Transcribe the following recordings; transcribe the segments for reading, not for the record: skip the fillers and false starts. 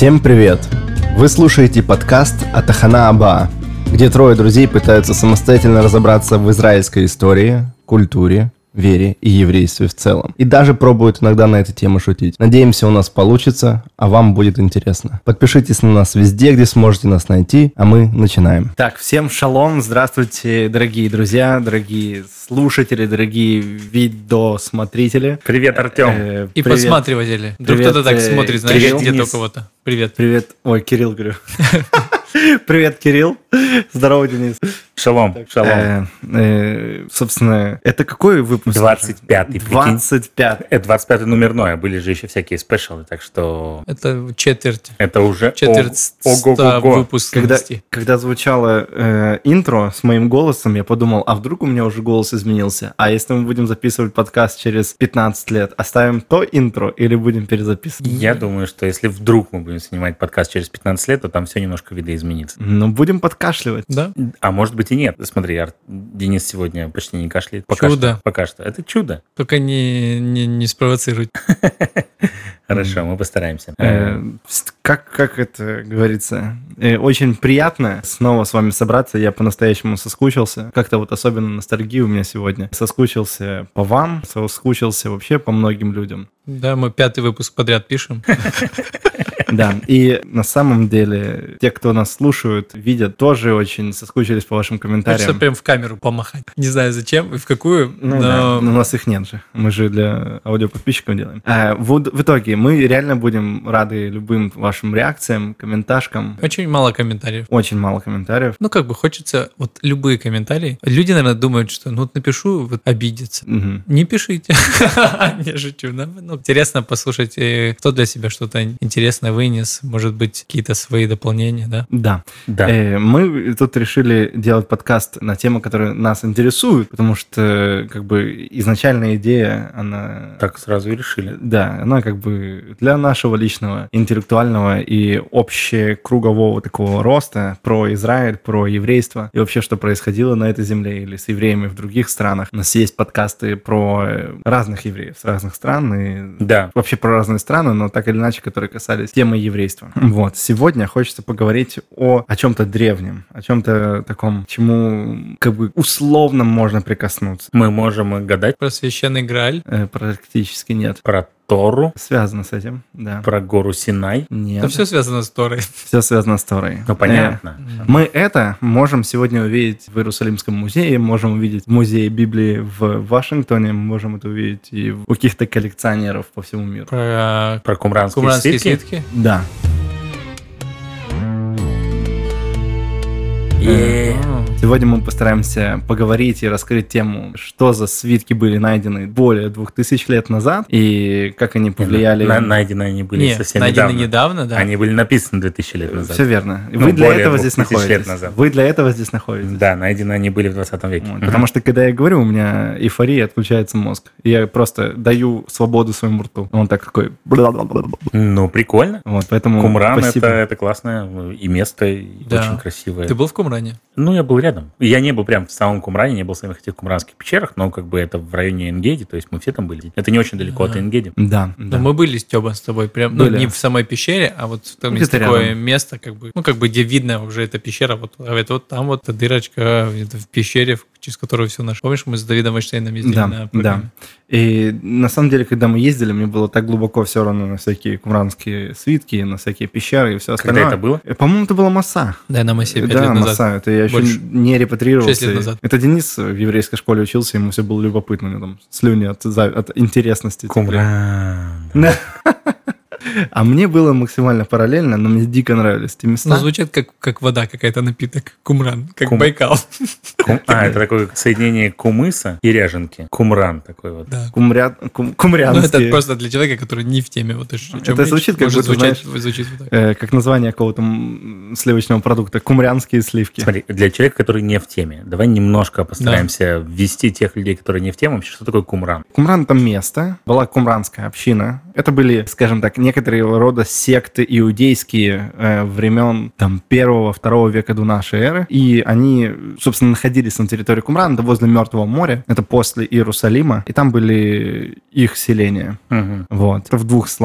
Всем привет! Вы слушаете подкаст «Атахана Аба», где трое друзей пытаются самостоятельно разобраться в израильской истории, культуре, вере и еврействе в целом. И даже пробуют иногда на эту тему шутить. Надеемся, у нас получится, а вам будет интересно. Подпишитесь на нас везде, где сможете нас найти, а мы начинаем. Так, всем шалом, здравствуйте, дорогие друзья, дорогие слушатели, дорогие видосмотрители. Привет, Артем. И подсматриватели. Вдруг кто-то так смотрит, знаешь, привет, где Денис. то кого-то. Привет. Привет. Ой, Кирилл, говорю. Привет, Кирилл. Здорово, Денис. Шалом. Шалом. Собственно, это какой выпуск? 25-й, прикинь. 25-й. Это 25-й номерной, а были же еще всякие спешалы, так что Это четверть это уже ста выпусков. Когда звучало интро с моим голосом, я подумал, а вдруг у меня уже голос изменился? А если мы будем записывать подкаст через 15 лет, оставим то интро или будем перезаписывать? Я думаю, что если вдруг мы будем снимать подкаст через 15 лет, то там все немножко видоизменится. Ну, будем подкашливать. Да? А может быть и нет. Смотри, Денис сегодня почти не кашляет. Чудо. Пока что. Это чудо. Только не спровоцируй. Хорошо, мы постараемся. Как это говорится? Очень приятно снова с вами собраться. Я по-настоящему соскучился. Как-то вот особенно ностальгия у меня сегодня. Соскучился по вам, соскучился вообще по многим людям. Да, мы 5-й выпуск подряд пишем. Да, и на самом деле те, кто нас слушают, видят, тоже очень соскучились по вашим комментариям. Хочется прям в камеру помахать. Не знаю зачем и в какую, Ну да, но... но у нас их нет же. Мы же для аудиоподписчиков делаем. В итоге мы реально будем рады любым вашим реакциям, комменташкам. Очень мало комментариев. Очень мало комментариев. Ну, как бы хочется вот любые комментарии. Люди, наверное, думают, что ну вот напишу, вот обидятся. Мгм. Не пишите. Не шучу. Ну, интересно послушать, кто для себя что-то интересное вынес. Может быть, какие-то свои дополнения, да? Да. Да. Мы тут решили делать подкаст на тему, которая нас интересует, потому что как бы изначальная идея, она... Так сразу и решили. Да, она как бы для нашего личного, интеллектуального и общекругового такого роста про Израиль, про еврейство и вообще, что происходило на этой земле или с евреями в других странах. У нас есть подкасты про разных евреев с разных стран и Да. вообще про разные страны, но так или иначе, которые касались темы еврейства. Вот. Сегодня хочется поговорить о чем-то древнем, о чем-то таком, чему как бы условно можно прикоснуться. Мы можем и гадать Про священный Грааль. Практически нет. про Тору, Связано с этим, да. про гору Синай. Нет. Это все связано с Торой. Все связано с Торой. Ну, понятно. Мы это можем сегодня увидеть в Иерусалимском музее, можем увидеть в музее Библии в Вашингтоне, мы можем это увидеть и у каких-то коллекционеров по всему миру. Про Про кумранские кумранские свитки. свитки. Да. И Сегодня мы постараемся поговорить и раскрыть тему, что за свитки были найдены более 2000 лет назад и как они повлияли... найдены они были Нет, совсем найдены недавно. недавно, да. Они были написаны 2000 лет назад. Все верно. Ну, Вы для более этого здесь 2000 лет находитесь. назад. Вы для этого здесь находитесь. Да, найдены они были в 20 веке. Вот, потому что, когда я говорю, у меня эйфория, отключается мозг. И я просто даю свободу своему рту. Он так такой... Ну, прикольно. Вот, поэтому Кумран спасибо. это классное и место, и Да. очень красивое. Ты был в Кумране? Ну, я был рядом. Я не был прям в самом Кумране, не был в самих этих кумранских пещерах, но как бы это в районе Энгеди, то есть мы все там были. Это не очень далеко от Энгеди. Да, Ну, да. мы были, Стёба, с тобой, прям, ну, Были. не в самой пещере, а вот там есть Где-то такое рядом. место, как бы, ну, как бы, где видно уже эта пещера, вот, а это вот там вот эта дырочка где-то в пещере, через которую все наше. Помнишь, мы с Давидом Эйнштейном ездили Да, на да. программе? И на самом деле, когда мы ездили, мне было так глубоко все равно на всякие кумранские свитки, на всякие пещеры и все Когда остальное. это было? По-моему, это была Масса. Да, на Массе 5 Да, лет назад. Масса. Это я еще Больше. не репатрировался. 6 лет назад. Это Денис в еврейской школе учился, ему все было любопытно. У него там слюни от интересности. Кумран. Да. А мне было максимально параллельно, но мне дико нравились эти места. Ну, звучит как вода какая-то, напиток. Кумран, как Байкал. Это такое соединение кумыса и ряженки. Кумран такой вот. Да. Ну, Кумрянские. это просто для человека, который не в теме. Вот, о чем Это речь. звучит, как Может будто, звучит вот так. Как название какого-то сливочного продукта. Кумрянские сливки. Смотри, для человека, который не в теме, давай немножко постараемся ввести тех людей, которые не в теме. Вообще, что такое кумран? Кумран — это место, была кумранская община. Это были, скажем так, некоторые рода секты иудейские времен там 1-2 века до нашей эры. И они, собственно, находились на территории Кумрана, возле Мертвого моря. Это после Иерусалима. И там были их селения. Угу. Вот. Это в двух словах.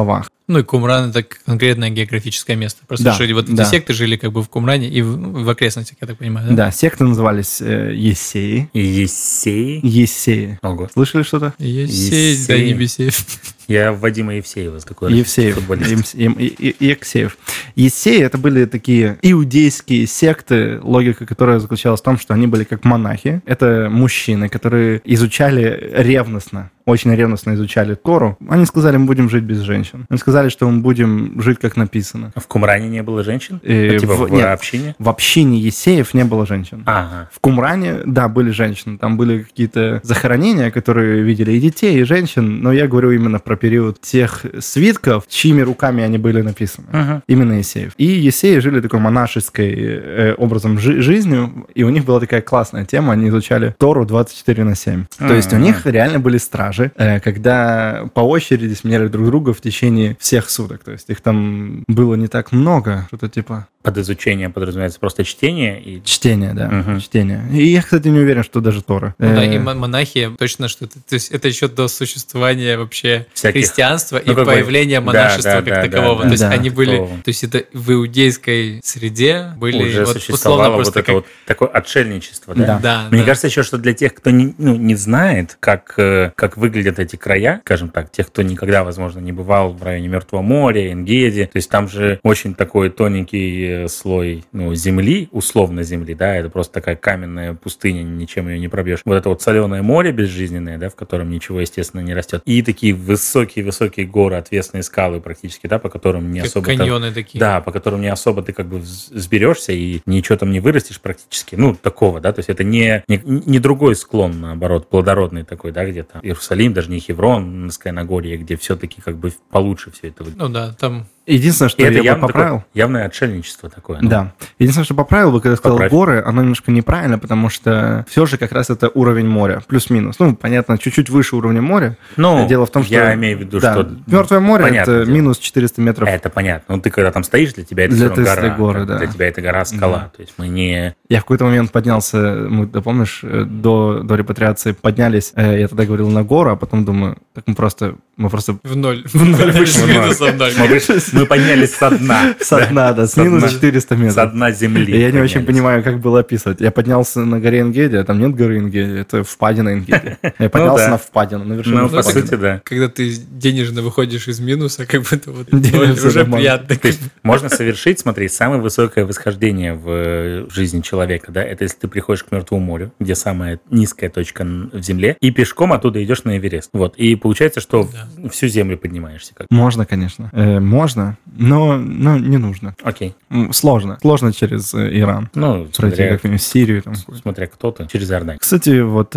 Ну и Кумран — это конкретное географическое место. Просто Да, что вот да. эти секты жили как бы в Кумране и в окрестностях, я так понимаю, да? Да, секты назывались Есеи. Есей. Есеи. Ого. Слышали что-то? Есей, да, Есей. Ебесеев. Я Вадима Евсеева такой Евсеев. футболист. Евсеев. Есеи — это были такие иудейские секты, логика которой заключалась в том, что они были как монахи. Это мужчины, которые изучали ревностно, очень ревностно изучали Тору. Они сказали, мы будем жить без женщин. Они сказали, что мы будем жить, как написано. А в Кумране не было женщин? Нет, В общине? в общине Есеев не было женщин. Ага. В Кумране, да, были женщины. Там были какие-то захоронения, которые видели и детей, и женщин. Но я говорю именно про период тех свитков, чьими руками они были написаны. Ага. Именно Есеев. И Есеи жили такой монашеской образом жизнью, и у них была такая классная тема. Они изучали Тору 24/7. То есть у них реально были стражи, когда по очереди сменяли друг друга в течение всех суток. То есть их там было не так много, что-то типа... Под изучение подразумевается просто чтение и... Чтение, да, Мгм. чтение. И я, кстати, не уверен, что даже Тора. Ну да, и монахи точно что-то. То есть это еще до существования вообще Всяких- христианства и ну, как бы, появления да, монашества да, как да, такового. да, То есть да. они были... Такого. То есть это в иудейской среде были Уже вот существовало условно вот просто это как... вот такое отшельничество, да? Да. Да, Мне да. кажется еще, что для тех, кто не знает, как выглядят эти края, скажем так, тех, кто никогда, возможно, не бывал в районе Мертвого моря, Энгеди, то есть там же очень такой тоненький слой земли, условно земли, да, это просто такая каменная пустыня, ничем ее не пробьешь. Вот это вот соленое море безжизненное, да, в котором ничего, естественно, не растет. И такие высокие-высокие горы, отвесные скалы практически, да, по которым не Как особо... каньоны такие. Да, по которым не особо ты как бы взберешься и ничего там не вырастешь практически. Ну, такого, да, то есть это не другой склон, наоборот, плодородный такой, да, где-то Иерусалим, даже не Хеврон, Нагорье, где все-таки как бы получше все это выглядит. Ну да, там... Единственное, что И это я бы явно поправил... такое явное отшельничество такое. ну. Да. Единственное, что поправил бы, когда сказал Поправь. горы, оно немножко неправильно, потому что все же как раз это уровень моря, плюс-минус. Ну, понятно, чуть-чуть выше уровня моря. Ну, Дело в том, что... я имею в виду, да, что... Мертвое море — Понятное это дело. минус 400 метров. Это понятно. Ну, ты когда там стоишь, для тебя это Для все равно Теслы гора. горы, да. Для тебя это гора, скала. Да. То есть мы не... Я в какой-то момент поднялся, ты помнишь, до репатриации поднялись, я тогда говорил на гору, а потом думаю, так мы просто В ноль. В ноль С вышли. минусом ноль. Мы поднялись со дна. со дна, да, с Со минус дна. 400 метров. Со дна земли. И я не очень поднялись. понимаю, как было описывать. Я поднялся на горе Энгеди, а там нет горы Энгеди, это впадина Энгеди. Я поднялся да. на впадину, на вершину Ну, по впадины. сути, да. Когда ты денежно выходишь из минуса, как будто вот Денежно ноль уже нормально. приятно. То есть можно совершить, смотри, самое высокое восхождение в жизни человека, да, это если ты приходишь к Мертвому морю, где самая низкая точка в земле, и пешком оттуда идешь на Эверест. Вот. И получается, что всю землю поднимаешься. Как. Можно, конечно. Можно, но не нужно. Окей. Сложно. Сложно через Иран. Ну, Пройти смотря, как-нибудь Сирию. Там. смотря кто ты. Через Иорданию. Кстати, вот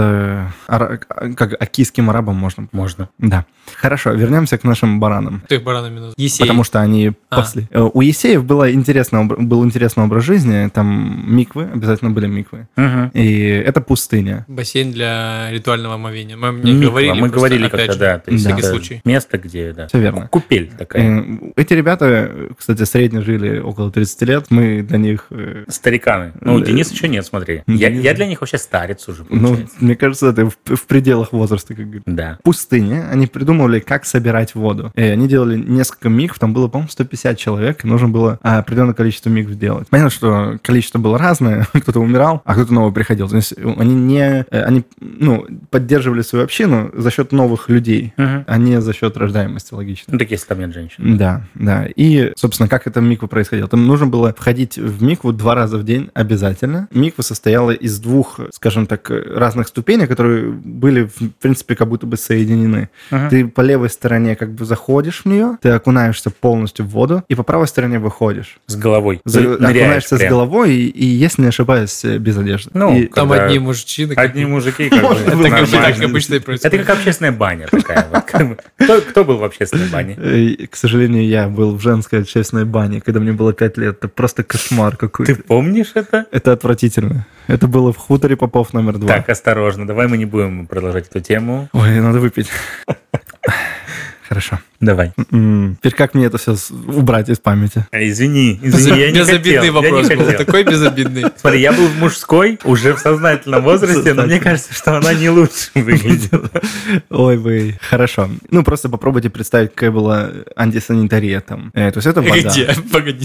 как акийским арабам можно. Можно. Да. Хорошо, вернемся к нашим баранам. Кто их баранами назвал? Есей. Потому что они пасли. У Есеев был интересный образ жизни. Там миквы, обязательно были миквы. Угу. И это пустыня. Бассейн для ритуального омовения. Мы мне Миква, говорили. мы просто, говорили опять как-то, же, да. То есть Да. всякий это случай. место, где, да. Всё верно. Купель такая. Эти ребята, кстати, средне жили около 30 лет. Мы для них... Стариканы. Ну, Да. Денис еще нет, смотри. Денис- Я для них вообще старец уже, Ну, получается. мне кажется, это в пределах возраста, как говорится. Да. В пустыне они придумывали, как собирать воду. И они делали несколько микв, там было, по-моему, 150 человек, и нужно было определенное количество микв сделать. Понятно, что количество было разное, кто-то умирал, а кто-то новый приходил. То есть они поддерживали свою общину за счет новых людей, Мгм. а не за счет рождаемости, логично. Ну, так если там нет женщин. Да, да. И, собственно, как это миква происходило? Там нужно было входить в микву 2 раза в день обязательно. Миква состояла из 2, скажем так, разных ступеней, которые были, в принципе, как будто бы соединены. Ага. Ты по левой стороне как бы заходишь в нее, ты окунаешься полностью в воду, и по правой стороне выходишь. С головой. Окунаешься Ныряешь с прям. головой и, если не ошибаюсь, без одежды. Ну, И- Там Когда одни мужчины. как Одни бы. мужики, как бы, Может это быть, Так вообще нормально. так обычно и Это происходит. как общественная баня такая. Вот, как бы. Кто был в общественной бане? К сожалению, я был в женской общественной бане, когда мне было 5 лет. Это просто кошмар какой-то. Ты помнишь это? Это отвратительно. Это было в хуторе Попов номер 2. Так, осторожно, давай мы не будем продолжать эту тему. Ой, надо выпить. Хорошо. Давай. Теперь как мне это все убрать из памяти? Извини, я не Безобидный хотел. вопрос Я не был, хотел. такой безобидный. Смотри, я был в мужской, уже в сознательном возрасте, но мне кажется, что она не лучше выглядела. Ой, вы. Хорошо. Ну, просто попробуйте представить, какая была антисанитария там. То есть это вода. Где? Погоди.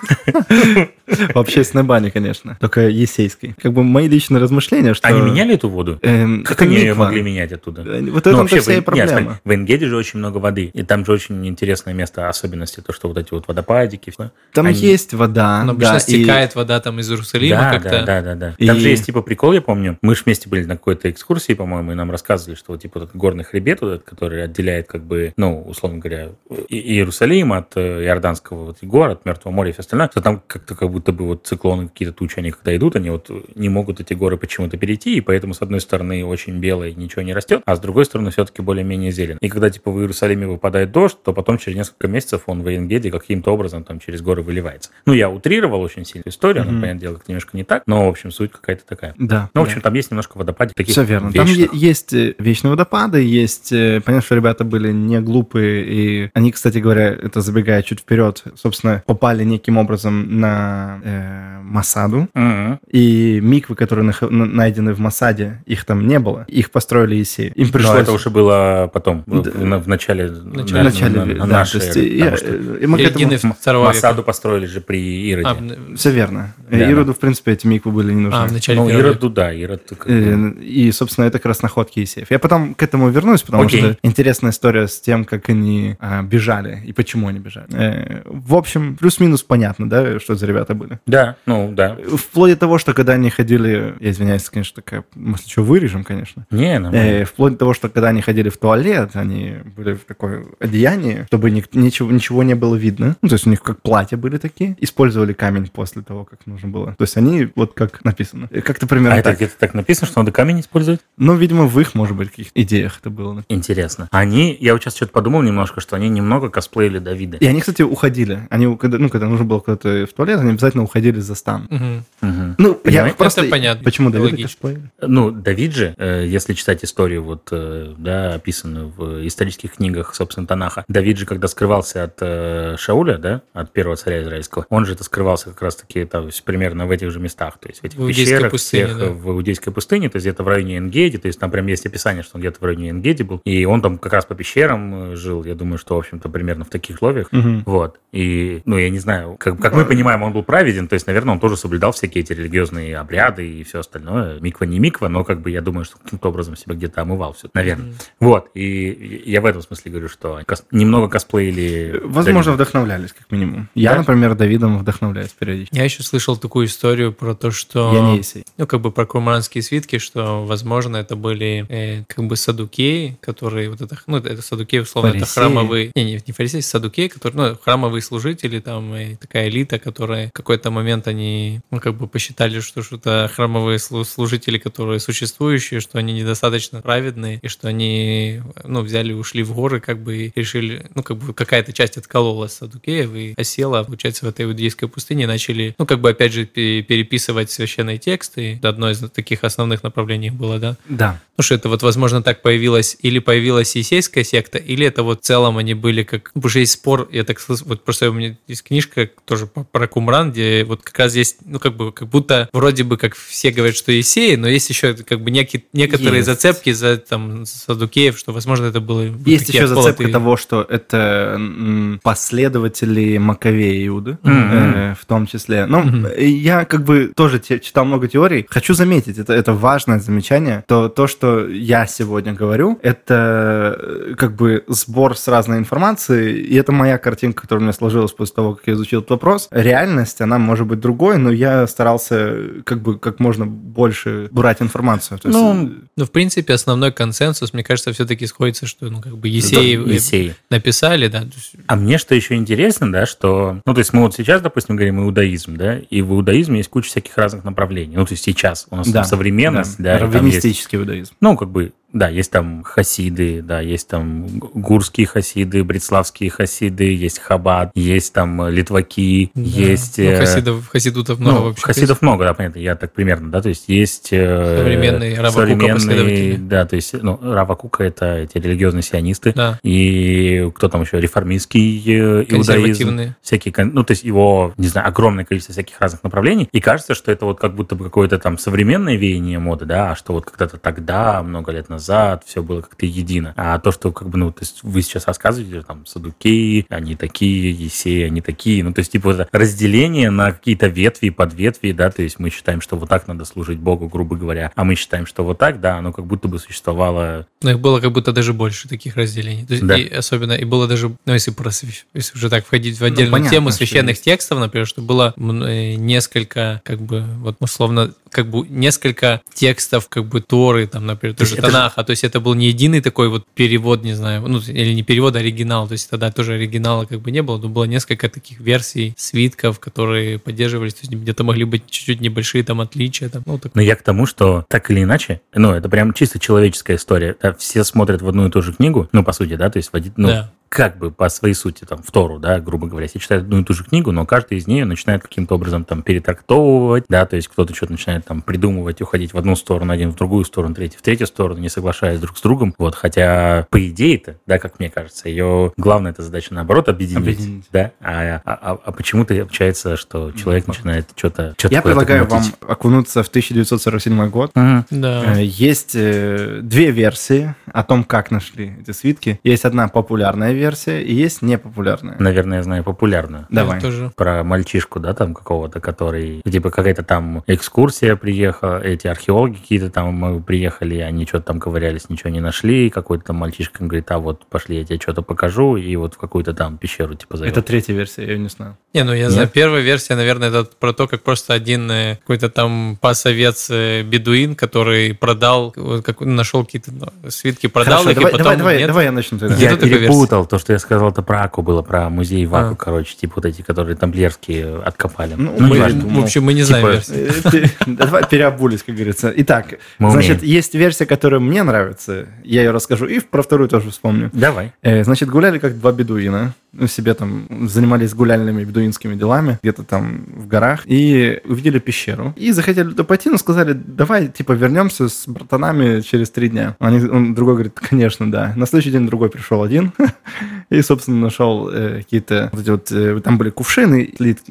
В общественной бане, конечно. Только есейской. Как бы мои личные размышления, что... Они меняли эту воду? Как это они ее миква. могли менять оттуда? Вот это вся и проблема. В Энгеде же очень много воды, и там же очень интересное место, особенности, то, что вот эти вот водопадики. Там есть вода. Но обычно стекает вода там из Иерусалима как-то. Да. И- Там же есть типа прикол, я помню. Мы же вместе были на какой-то экскурсии, по-моему, и нам рассказывали, что вот типа этот горный хребет, вот этот, который отделяет как бы, ну, условно говоря, Иерусалим от Иорданского вот гор, от Мертвого моря и все остальное, что там как-то как будто бы вот циклоны, какие-то тучи, они когда идут, они вот не могут эти горы почему-то перейти, и поэтому с одной стороны очень белое, ничего не растет, а с другой стороны все-таки более-менее зелен. И когда типа в Иерусалиме выпадает дождь, то потом через несколько месяцев он в Энгеде каким-то образом там через горы выливается. Ну, я утрировал очень сильно историю, она, понятное дело, как немножко не так, но, в общем, суть какая-то такая. Да. Ну, в общем, там есть немножко водопадик таких Все верно. вечных. Там есть вечные водопады, есть... Понятно, что ребята были не глупые, и они, кстати говоря, это забегая чуть вперед, собственно, попали неким образом на Масаду, Мгм. и миквы, которые найдены в Масаде, их там не было, их построили Есеи. Им Но пришлось... это уже было потом, Да. в начале, В начале, на да, нашей то есть эре, потому что мы к этому... Середины второго Масаду века. построили же при Ироде. Все верно. Да, Ироду, в принципе, эти миквы были не нужны. В начале Ну, первого Ироду, да, Ирод как бы- И, собственно, это как раз находки Есеев. Я потом к этому вернусь, потому Окей. что интересная история с тем, как они бежали и почему они бежали. В общем, плюс-минус понятно, да, что за ребята были. Да, ну, да. Вплоть до того, что когда они ходили... Я извиняюсь, конечно, такая... Мы что, вырежем, конечно. Не, нормально. Вплоть до того, что когда они ходили в туалет, они были в такое одеяние, чтобы ничего не было видно. Ну, то есть у них как платья были такие. Использовали камень после того, как нужно было. То есть они вот как написано. Как-то примерно А это так. где-то так написано, что надо камень использовать? Ну, видимо, в их, может быть, каких идеях это было. Интересно. Я вот сейчас что-то подумал немножко, что они немного косплеили Давида. И они, кстати, уходили. Они, когда нужно было куда-то в туалет, они обязательно уходили за стан. Мгм. Мгм. Ну, Понимаете? я просто... Это понятно. Почему Давида Логично. косплеили? Ну, Давид же, если читать историю, вот, да, описанную в исторических книгах, собственно, Танаха, Давид же, когда скрывался от Шауля, да, от первого царя израильского, он же это скрывался как раз-таки то есть, примерно в этих же местах, то есть в этих В Иудейской пещерах, пустыне, всех, да. в Иудейской пустыне, то есть где-то в районе Энгеди, то есть там прям есть описание, что он где-то в районе Энгеди был, и он там как раз по пещерам жил, я думаю, что, в общем-то, примерно в таких условиях, вот, и, ну, я не знаю, как мы понимаем, он был праведен, то есть, наверное, он тоже соблюдал всякие эти религиозные обряды и все остальное, миква не миква, но как бы я думаю, что каким-то образом себя где-то омывал все, наверное. Вот, и я в этом смысле говорю, что немного косплеили. Возможно, Давида. вдохновлялись, как минимум. Я, Да? например, Давидом вдохновляюсь периодически. Я еще слышал такую историю про то, что... Я не Есей. Ну, как бы про кумранские свитки, что, возможно, это были как бы саддукеи, которые вот это... Ну, это саддукеи, условно, это Фарисеи. храмовые... Не фарисеи, саддукеи, которые... Ну, храмовые служители, там, и такая элита, которая в какой-то момент они, ну, как бы посчитали, что что-то храмовые служители, которые существующие, что они недостаточно праведные, и что они, ну, взяли и ушли в горы, как бы, и решили... Ну, как бы какая-то часть откололась саддукеев и осела, получается, в этой иудейской пустыне, и начали, ну, как бы, опять же, переписывать священные тексты. Одно из таких основных направлений было, да? Да. Ну, что это вот, возможно, так появилась, или появилась есейская секта, или это вот в целом они были как... Потому что есть спор, я так слышал, вот просто у меня есть книжка тоже про Кумран, где вот как раз есть, ну, как бы, как будто вроде бы как все говорят, что есеи, но есть еще как бы некоторые Есть. зацепки за там саддукеев, что, возможно, это было... Есть такие еще зацепка отколотые- того, что это последователи Маковея Иуды, в том числе. Ну, я как бы тоже читал много теорий. Хочу заметить, это важное замечание, то, что я сегодня говорю, это как бы сбор с разной информацией, и это моя картинка, которая у меня сложилась после того, как я изучил этот вопрос. Реальность, она может быть другой, но я старался как бы как можно больше брать информацию. То есть, Ну, в принципе, основной консенсус, мне кажется, все-таки сходится, что, ну, как бы Есеи Есеи. написали, да. А мне что еще интересно, да, что... Ну, то есть мы вот сейчас, допустим, говорим иудаизм, да, и в иудаизме есть куча всяких разных направлений. Ну, то есть сейчас у нас да, современность, да, и там есть... раввинистический иудаизм. Ну, как бы Да, есть там хасиды, да, есть там гурские хасиды, братславские хасиды, есть хаббат, есть там литваки, Да. есть... Хасидутов много вообще. Хасидов много, да, понятно, я так примерно, да, то есть есть... Современные Рава Кука последователи. Да, то есть, Рава Кука — это эти религиозные сионисты, Да. и кто там еще, реформистский иудаизм, всякие, то есть его, не знаю, огромное количество всяких разных направлений, и кажется, что это вот как будто бы какое-то там современное веяние моды, да, а что вот когда-то тогда, много лет назад, все было как-то едино. А то, что как бы, то есть вы сейчас рассказываете, там, саддукеи, они такие, есеи, они такие, то есть типа это разделение на какие-то ветви, подветви, да, то есть мы считаем, что вот так надо служить Богу, грубо говоря, а мы считаем, что вот так, да, оно как будто бы существовало... Но их было как будто даже больше таких разделений. То есть, да. и особенно, и было даже, если уже так входить в отдельную тему священных текстов, например, что было несколько, как бы, вот условно, как бы несколько текстов, как бы, Торы, там, например, тоже Танаха, то есть это был не единый такой вот перевод, не знаю, или не перевод, а оригинал, то есть тогда тоже оригинала как бы не было, но было несколько таких версий свитков, которые поддерживались, то есть где-то могли быть чуть-чуть небольшие там отличия. Там, Но я к тому, что так или иначе, это прям чисто человеческая история, да, все смотрят в одну и ту же книгу, по сути, да, то есть да. Как бы по своей сути, там, в Тору, да, грубо говоря, все читают одну и ту же книгу, но каждый из нее начинает каким-то образом там перетрактовывать, да, то есть кто-то что-то начинает там придумывать, уходить в одну сторону, один в другую сторону, третий в третью сторону, не соглашаясь друг с другом, хотя по идее-то, да, как мне кажется, ее главная эта задача наоборот объединить. Да, а почему-то получается, что человек начинает что-то Я предлагаю вам окунуться в 1947 год. Да. Есть две версии о том, как нашли эти свитки. Есть одна популярная версия и есть непопулярная. Наверное, я знаю популярную. Давай. Про мальчишку, да, там какого-то, который, типа, какая-то там экскурсия приехала, эти археологи какие-то там приехали, они что-то там ковырялись, ничего не нашли, какой-то там мальчишка говорит, вот пошли, я тебе что-то покажу, и вот в какую-то там пещеру, типа, зовет. Это третья версия, я ее не знаю. Я знаю, первая версия, наверное, это про то, как просто один какой-то там пасовец бедуин, который продал, нашел какие-то свитки, продал. Хорошо, их, и потом... Давай я начну тогда. Я перепутал. То, что я сказал, это про Аку было, про музей Ваку, короче, типа вот эти, которые тамплиерские откопали. В общем, мы не знаем версии. Давай переобулись, как говорится. Итак, значит, есть версия, которая мне нравится, я ее расскажу, и про вторую тоже вспомню. Давай. Значит, гуляли как два бедуина, себе там занимались гуляльными бедуинскими делами, где-то там в горах, и увидели пещеру. И захотели туда пойти, но сказали, давай, типа, вернемся с братанами через 3 дня. Другой говорит, конечно, да. На следующий день другой пришел один, и, собственно, нашел какие-то там были кувшины,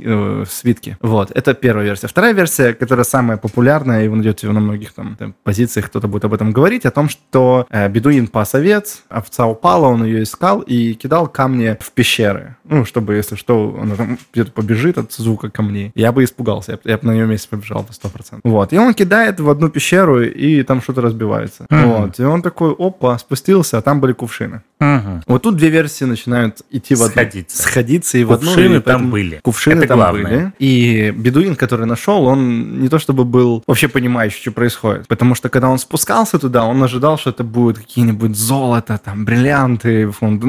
свитки. Это первая версия. Вторая версия, которая самая популярная, и вы найдете ее на многих там позициях, кто-то будет об этом говорить, о том, что бедуин пас овец, овца упала, он ее искал и кидал камни в пещеры. Чтобы, если что, она там где-то побежит от звука камней. Я бы испугался, я бы на ее месте побежал по 100%. И он кидает в одну пещеру, и там что-то разбивается. И он такой, опа, спустился, а там были кувшины. Тут две версии начинают идти сходиться и в одну. Кувшины там были. Кувшины это там главное. Были. И бедуин, который нашел, он не то чтобы был вообще понимающий, что происходит. Потому что, когда он спускался туда, он ожидал, что это будет какие-нибудь золото, там, бриллианты.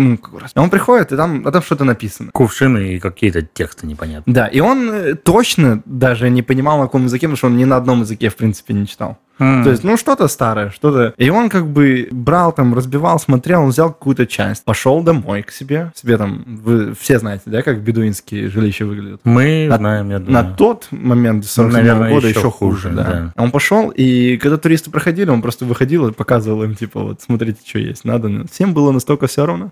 Он приходит, и там что-то написано. Кувшины и какие-то тексты непонятные. Да, и он точно даже не понимал, на каком языке, потому что он ни на одном языке, в принципе, не читал. То есть, что-то старое, что-то... И он как бы брал там, разбивал, смотрел, он взял какую-то часть, пошел домой к себе там, вы все знаете, да, как бедуинские жилища выглядят? Мы знаем, я думаю. На тот момент, 47-го года, еще хуже, да. Он пошел, и когда туристы проходили, он просто выходил и показывал им, типа, смотрите, что есть, надо. Всем было настолько все равно.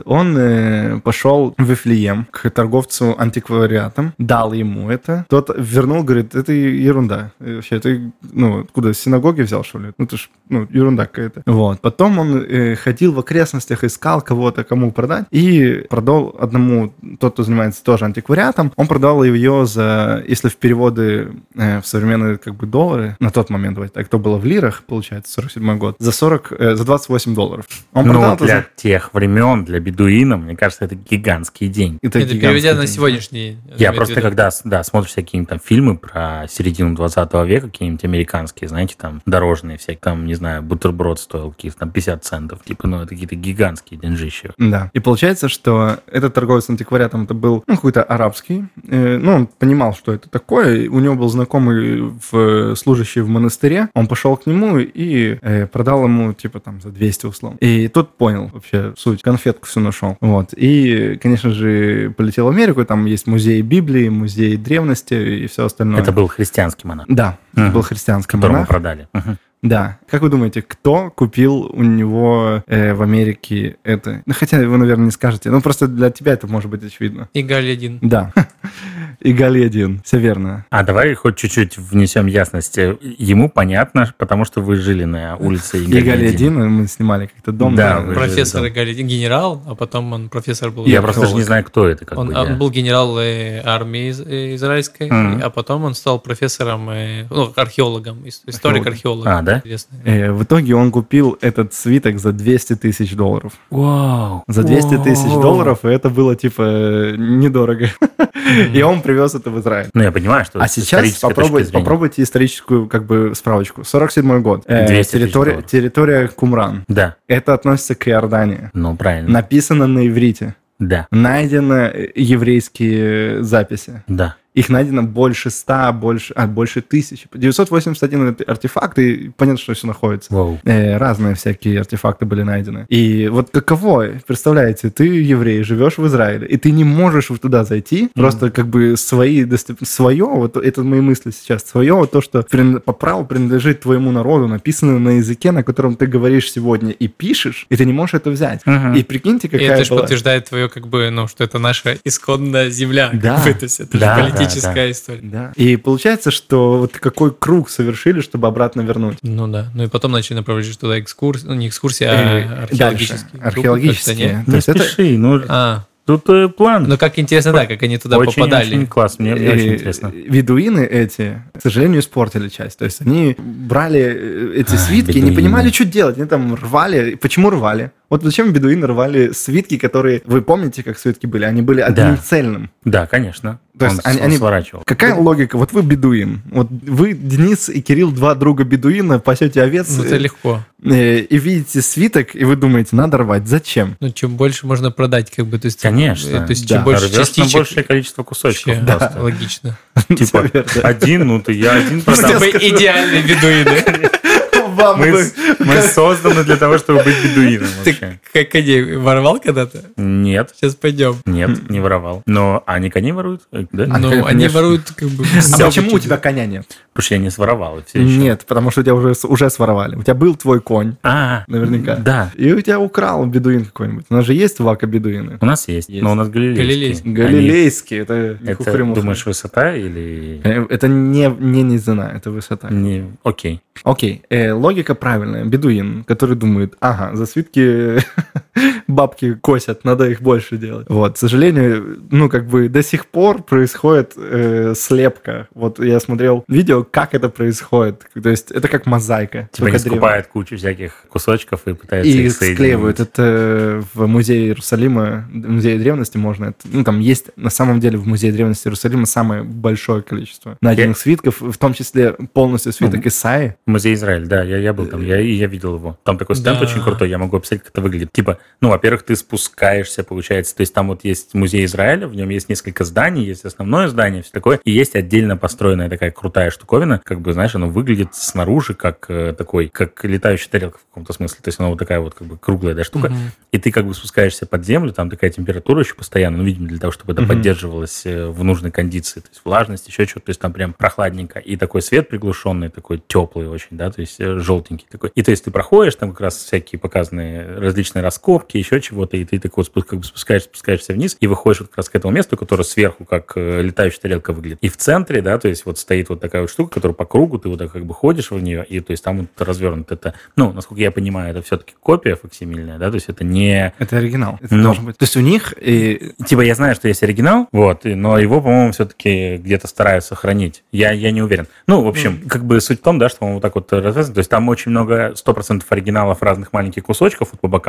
Он пошел в Вифлеем к торговцу антиквариатом, дал ему это, тот вернул, говорит, это ерунда. Вообще, это, откуда, синагоги взял, что ли? Это ж, ерунда какая-то. Потом он ходил в окрестностях, искал кого-то, кому продать, и продал одному, тот, кто занимается тоже антиквариатом, он продал ее за, если в переводы в современные, как бы, доллары, на тот момент, то было в лирах, получается, 47-й год, за $28. Он продал для тех времен, для бедуинов, мне кажется, это гигантские деньги. Это переведя на сегодняшний. Я просто, когда, смотришь какие-нибудь там фильмы про середину 20 века, какие-нибудь американские, знаете, там дорожные всякие, там, не знаю, бутерброд стоил каких-то там 50 центов. Типа, ну, это какие-то гигантские деньжища. Да. И получается, что этот торговец антиквариатом это был какой-то арабский. Он понимал, что это такое. У него был знакомый служащий в монастыре. Он пошел к нему и продал ему, типа, там, за 200 условно. И тот понял вообще суть. Конфетку всю нашел. Вот. И, конечно же, полетел в Америку. Там есть музей Библии, музей древности и все остальное. Это был христианский монах. Да, это был христианский которому монах. Продали. Да. Как вы думаете, кто купил у него в Америке это? Ну, хотя вы, наверное, не скажете. Ну, просто для тебя это может быть очевидно. Игаль-1. Да. Игаль-1. Все верно. А давай хоть чуть-чуть внесем ясности. Ему понятно, потому что вы жили на улице Игаль-1. Игаль-1, мы снимали как-то дом. Да, профессор Игаль-1, генерал, а потом он профессор был. Я просто даже не знаю, кто это. Он был генерал армии израильской, а потом он стал профессором, археологом, историк-археолог. Да? В итоге он купил этот свиток за $200 тысяч. Вау! За $200 тысяч, и это было, типа, недорого. И он привез это в Израиль. Ну, я понимаю, что... А сейчас попробуйте историческую, как бы, справочку. 47-й год. Территория Кумран. Да. Это относится к Иордании. Ну, правильно. Написано на иврите. Да. Найдены еврейские записи. Да. Их найдено больше 100, больше 1000. 981 артефакт, и понятно, что все находится. Разные всякие артефакты были найдены. И вот каково, представляете, ты еврей, живешь в Израиле, и ты не можешь туда зайти, просто как бы свое, вот это мои мысли сейчас, свое, вот то, что по праву принадлежит твоему народу, написано на языке, на котором ты говоришь сегодня и пишешь, и ты не можешь это взять. И прикиньте, какая была... И это же подтверждает твое, как бы, что это наша исходная земля. Да. Это же политическая история. Да. И получается, что вот какой круг совершили, чтобы обратно вернуть. Ну да. Ну и потом начали проводить туда экскурсии, не экскурсии, а археологические. Археологические. Не спеши, тут план. Ну, как интересно, да, как они туда попадали. Очень класс, мне очень интересно. Бедуины эти, к сожалению, испортили часть. То есть они брали эти свитки, не понимали, что делать. Они там рвали. Почему рвали? Вот зачем бедуины рвали свитки, которые... Вы помните, как свитки были? Они были одним цельным. Да, конечно. То есть они сворачивал. Какая логика? Вот вы бедуин. Вот вы, Денис и Кирилл, два друга бедуина, пасете овец. Ну, это легко. И видите свиток, и вы думаете, надо рвать. Зачем? Ну, чем больше можно продать, как бы, то есть... Конечно. То есть, чем больше частичек... на большее количество кусочков. Да, логично. Типа, один, я один продам. Чтобы идеальные бедуины. Мы созданы для того, чтобы быть бедуином вообще. Ты коней воровал когда-то? Нет. Сейчас пойдем. Нет, не воровал. Но они коней воруют? Да? Ну, они воруют как бы... А почему у тебя коня нет? Потому что я не своровал. Все еще. Нет, потому что у тебя уже своровали. У тебя был твой конь. Наверняка. Да. И у тебя украл бедуин какой-нибудь. У нас же есть вака-бедуины? У нас есть. Но у нас галилейские. Галилейские. Это думаешь, высота или... Это не низина, это высота. Окей. Окей. Логика правильная. Бедуин, который думает, за свитки бабки косят, надо их больше делать. Вот. К сожалению, до сих пор происходит слепка. Вот я смотрел видео, как это происходит. То есть это как мозаика. Типа они скупают кучу всяких кусочков и пытаются их соединить. И склеивают. Это в музее Иерусалима, в музее древности можно. Там есть, на самом деле, в музее древности Иерусалима самое большое количество найденных свитков, в том числе полностью свиток Исаии. Музей Израиль, да, я был там, я видел его. Там такой стенд очень крутой, я могу описать, как это выглядит. Типа, во-первых, ты спускаешься, получается, то есть там вот есть музей Израиля, в нем есть несколько зданий, есть основное здание, все такое, и есть отдельно построенная такая крутая штуковина, как бы, знаешь, оно выглядит снаружи как как летающая тарелка в каком-то смысле, то есть она вот такая вот как бы круглая, да, штука, и ты как бы спускаешься под землю, там такая температура еще постоянно, видимо, для того, чтобы это поддерживалось в нужной кондиции, то есть влажность, еще что-то, то есть там прям прохладненько, и такой свет приглушенный, такой теплый очень, да, то есть желтенький такой. И то есть ты проходишь, там как раз всякие показаны различные раскопки, еще чего-то, и ты такой как бы спускаешься вниз и выходишь вот как раз к этому месту, которое сверху как летающая тарелка выглядит. И в центре, да, то есть вот стоит вот такая вот штука, которая по кругу, ты вот так как бы ходишь в нее, и то есть там вот развернут. Это, насколько я понимаю, это все-таки копия факсимильная, да, то есть это не... Это оригинал. Это должен быть. То есть у них... Типа я знаю, что есть оригинал, вот, но его, по-моему, все-таки где-то стараются хранить. Я не уверен. В общем, как бы суть в том, да, что он вот так вот развязан, то есть там очень много 100% оригиналов разных маленьких кусочков вот по бокам лежит.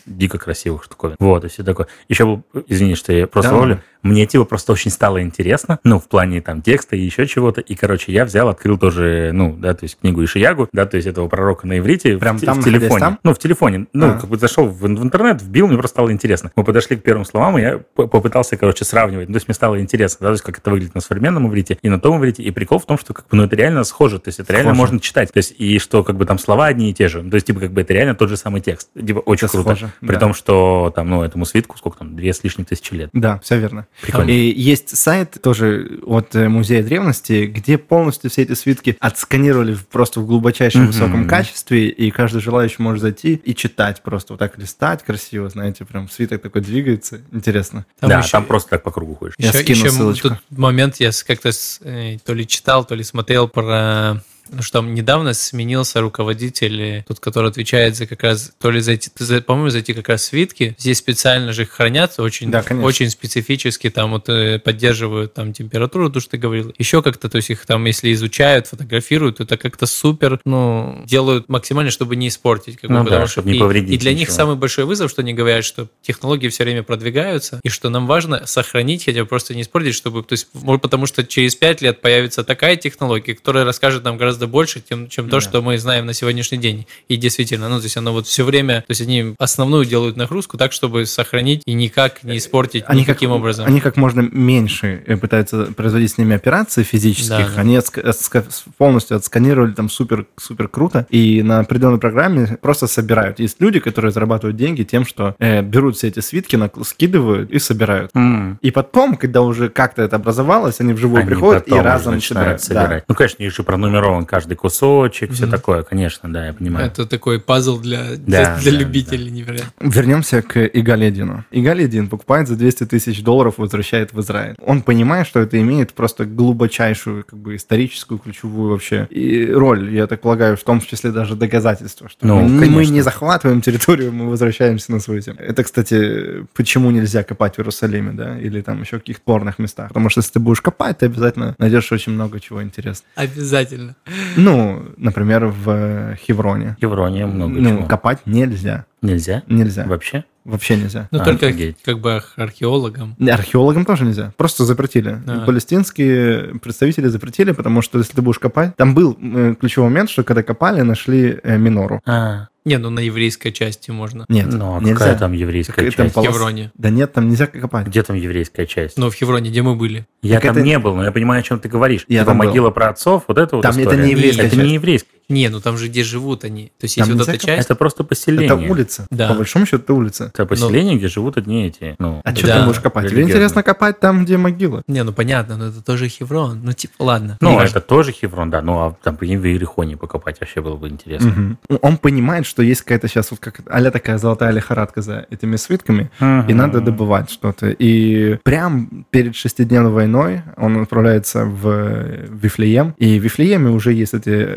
дико красивых штуковин. Вот, и все такое. Еще был, извини, что я просто Да. ловлю, мне типа просто очень стало интересно, ну, в плане там текста и еще чего-то, и, короче, я взял, открыл тоже, ну, да, то есть книгу Ишиягу, да, то есть этого пророка на иврите Прям там, в телефоне. находясь там? Ну, в телефоне, ну, А. как бы зашел в интернет, вбил, мне просто стало интересно. Мы подошли к первым словам, и я попытался, короче, сравнивать, ну, то есть мне стало интересно, да, то есть как это выглядит на современном иврите и на том иврите, и прикол в том, что, как бы, ну, это реально схоже, то есть это реально Схоже. можно читать, то есть и что, как бы, там слова одни и те же, то есть, типа, как бы это реально тот же самый текст, типа, очень Это круто, схоже, при да. том, что там, ну, этому свитку, сколько там, 2 с лишним тысячи лет. Да, все верно. Прикольно. И есть сайт тоже от Музея древности, где полностью все эти свитки отсканировали просто в глубочайшем высоком качестве, и каждый желающий может зайти и читать просто вот так листать красиво, знаете, прям свиток такой двигается. Интересно. Да, еще- там просто так по кругу ходишь. Я скину ссылочку. Тут момент, я как-то то ли читал, то ли смотрел про... Ну, что там недавно сменился руководитель, тот, который отвечает за как раз, то ли зайти, по-моему, зайти как раз свитки. Здесь специально же их хранятся, очень, Да, конечно. очень специфически, там вот поддерживают там температуру, то, что ты говорил. Еще как-то, то есть их там, если изучают, фотографируют, то это как-то супер, ну, делают максимально, чтобы не испортить. Как бы, Ну потому да, что чтобы не повредить И для них ничего. самый большой вызов, что они говорят, что технологии все время продвигаются, и что нам важно сохранить, хотя бы просто не испортить, чтобы, то есть, потому что через 5 лет появится такая технология, которая расскажет нам гораздо больше, чем то, что мы знаем на сегодняшний день. И действительно, ну, то есть оно вот все время, то есть они основную делают нагрузку так, чтобы сохранить и никак не испортить никаким образом. Они как можно меньше пытаются производить с ними операции физических. Да. Они полностью отсканировали там супер круто, и на определенной программе просто собирают. Есть люди, которые зарабатывают деньги тем, что берут все эти свитки, скидывают и собирают. И потом, когда уже как-то это образовалось, они вживую Они приходят и потом уже разом начинают собирают. собирать. Ну, конечно, их же пронумерован каждый кусочек, все такое, конечно, да, я понимаю. Это такой пазл для Да, любителей, невероятно. Вернемся к Игаль-1. Игаль-1 покупает за $200 тысяч, возвращает в Израиль. Он понимает, что это имеет просто глубочайшую, как бы, историческую, ключевую вообще и роль, я так полагаю, в том числе даже доказательство, что Ну, мы конечно. не захватываем территорию, мы возвращаемся на свою землю. Это, кстати, почему нельзя копать в Иерусалиме, да, или там еще в каких-то спорных местах. Потому что если ты будешь копать, ты обязательно найдешь очень много чего интересного. Обязательно. Ну, например, в Хевроне. Еврония много Ну, чего. копать нельзя. Нельзя? Нельзя. Вообще? Вообще нельзя. Ну, только офигеть. как бы археологам. Археологам тоже нельзя. Просто запретили. Да. Палестинские представители запретили, потому что если ты будешь копать... Там был ключевой момент, что когда копали, нашли минору. Не, ну на еврейской части можно. Нет, Ну, а нельзя. какая там еврейская Так, там часть? В Хевроне. Да нет, там нельзя копать. Где там еврейская часть? Ну, в Хевроне, где мы были. Я так там это- не был, но я понимаю, о чем ты говоришь. Я Типа там был. могила праотцов, вот это вот Там это история. не еврейская Это часть. не еврейская. Не, ну там же где живут они. То есть Там есть вот нельзя эта копать. часть. Это просто поселение. Это улица. Да. По большому счету, это улица. Это поселение, где живут одни эти. Ну, А что Да. ты будешь копать? Тебе религиозные. интересно копать там, где могила. Не, ну понятно, но это тоже Хеврон. Ну, типа, ладно. Ну, Неважно. это тоже Хеврон, да. Ну, а там в Иерихоне покопать вообще было бы интересно. Мгм. Он понимает, что есть какая-то сейчас вот как а-ля такая золотая лихорадка за этими свитками, и надо добывать что-то. И прям перед шестидневной войной он отправляется в Вифлеем, и в Вифлееме уже есть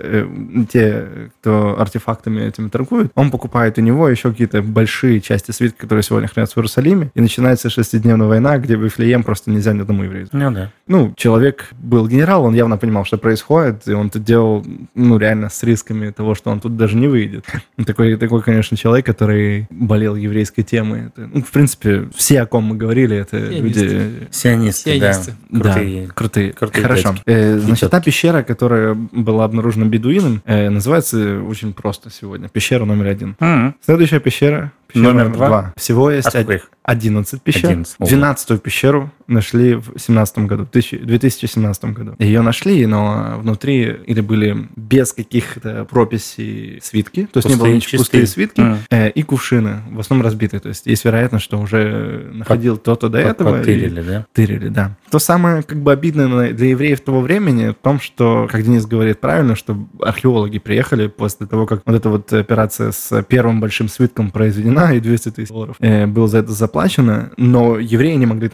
те, кто артефактами этими торгует, он покупает у него еще какие-то большие части свитков, которые сегодня хранятся в Иерусалиме, и начинается шестидневная война, где в Вифлеем просто нельзя ни одному еврею. Ну, да. Ну, человек был генерал, он явно понимал, что происходит, и он это делал, ну, реально с рисками того, что он тут даже не выйдет. Такой, конечно, человек, который болел еврейской темой. Это, ну, в принципе, все, о ком мы говорили, это люди... Сионисты, да. Сионисты. Крутые. Крутые. крутые Хорошо. дядьки. Значит, та пещера, которая была обнаружена бедуином, называется очень просто сегодня. Пещера номер 1. Следующая пещера. Пещера Номер два. Всего есть А сколько их? 11 пещер. 11. Ого. 12-ю пещеру нашли в 2017 году, 2017 году. Ее нашли, но внутри или были без каких-то прописей свитки, то есть не было Пустые, ничего, пустые чистые. свитки, и кувшины, в основном разбитые. То есть есть вероятность, что уже находил кто-то до этого. Потырили, да? Тырили, да. То самое как бы обидное для евреев того времени в том, что, как Денис говорит правильно, что археологи приехали после того, как вот эта вот операция с первым большим свитком произведена, и $200 тысяч было за это заплачено, но евреи не могли там быть.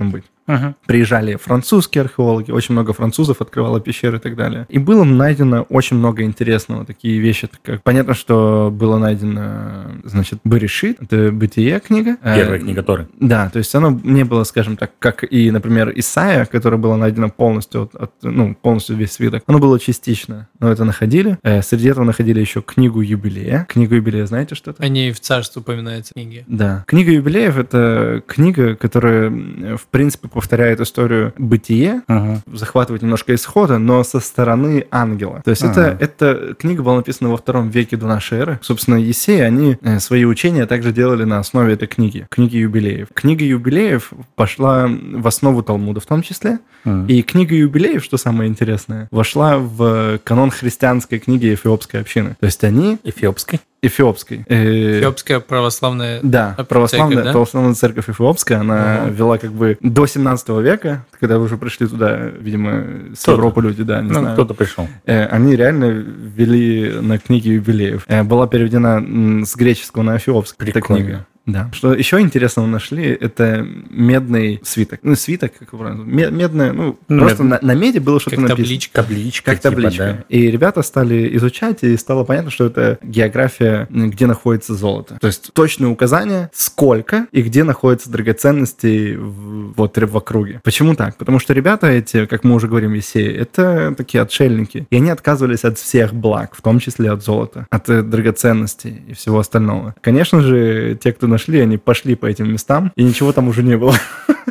Приезжали французские археологи, очень много французов открывало пещеры и так далее. И было найдено очень много интересного. Такие вещи, как понятно, что было найдено, значит, Берешит, это Бытие книга. Первая книга Торы. Да, то есть оно не было, скажем так, как и, например, Исаия, которое было найдено полностью, полностью весь свиток. Оно было частично, но это находили. Среди этого находили еще книгу Юбилея. Книгу Юбилея, знаете, что это? О ней в царстве упоминается в книге. Да. Книга Юбилеев — это книга, которая, в принципе, повторяет историю Бытие, захватывает немножко Исхода, но со стороны ангела. То есть эта книга была написана во 2 веке до нашей эры. Собственно, Есеи, они свои учения также делали на основе этой книги Юбилеев. Книга Юбилеев пошла в основу Талмуда в том числе, и книга Юбилеев, что самое интересное, вошла в канон христианской книги Эфиопской общины. То есть они... Эфиопской. Эфиопская православная... Да, православная церковь Эфиопская, она вела как бы до 17 века, когда уже пришли туда, видимо, с Европы люди, да, не знаю. Кто-то пришел. Они реально ввели на книге Юбилеев. Была переведена с греческого на эфиопский. Эта книга. Да. Что еще интересного нашли, это медный свиток. Свиток, как правильно? Медное, просто на меди было что-то написано. Табличка. Табличка. Да. И ребята стали изучать, и стало понятно, что это география, где находится золото. То есть точные указания, сколько и где находятся драгоценности в округе. Почему так? Потому что ребята эти, как мы уже говорим, Есеи, это такие отшельники. И они отказывались от всех благ, в том числе от золота, от драгоценностей и всего остального. Конечно же, те, кто нашли, они пошли по этим местам, и ничего там уже не было.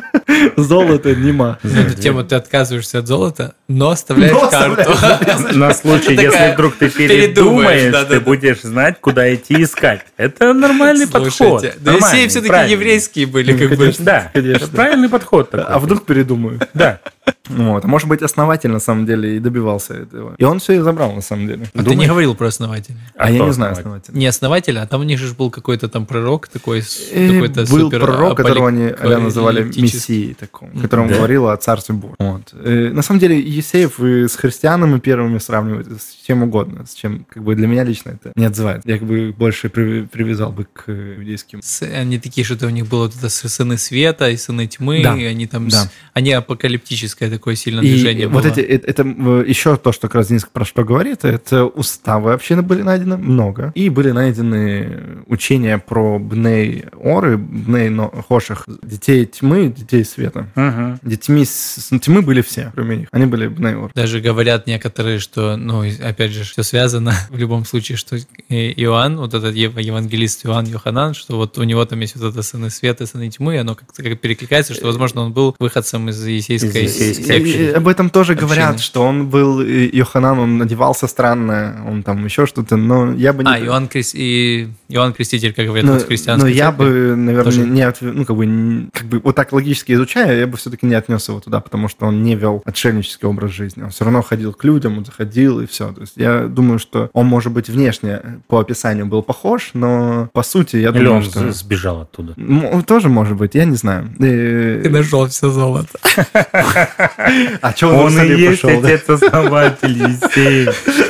Золото нема. На эту тему ты отказываешься от золота, но оставляешь карту. На случай, если вдруг ты передумаешь, ты будешь знать, куда идти искать. Это нормальный подход. Да, Есеи все-таки еврейские были, как бы. Да, это правильный подход. А вдруг передумаю? Да. Вот. А может быть, основатель, на самом деле, и добивался этого. И он все и забрал, на самом деле. А ты не говорил про основателя? А я не знаю основателя. Не основателя, а там у них же был какой-то там пророк такой, какой-то был супер... пророк, которого они называли мессией таком, которому говорил о Царстве Божьем. Вот. На самом деле, Есеев и с христианами первыми сравнивают, с чем угодно, с чем, как бы, для меня лично это не отзывает. Я как бы больше привязал бы к иудейским. Они такие, что-то у них было вот это сыны света и сыны тьмы, да. И они там... Да. Они апокалиптическое такое сильное и движение было. Вот это еще то, что Краснинск про что говорит, это уставы общины были найдены много, и были найдены учения про Бней Оры, Бней Хоших, детей тьмы, детей света. Детьми тьмы были все, кроме них. Они были Бней Ор. Даже говорят некоторые, что, опять же, все связано в любом случае, что Иоанн, вот этот евангелист Иоанн Йоханан, что вот у него там есть вот это сыны света, сыны тьмы, и оно как-то перекликается, что, возможно, он был выходцем из есейской общины. Об этом тоже говорят, что он был Йоханан, он одевался странно, он там еще что-то, но я бы не... Иоанн Креститель, как говорят, в христианской церкви. Но я бы, наверное, как бы вот так логически изучая, я бы все-таки не отнес его туда, потому что он не вел отшельнический образ жизни. Он все равно ходил к людям, он заходил и все. То есть я думаю, что он, может быть, внешне по описанию был похож, но по сути, я думаю, что... Или он сбежал оттуда. Тоже может быть, я не знаю. Ты нашел все золото. А что он и есть отец-основатель Есеи.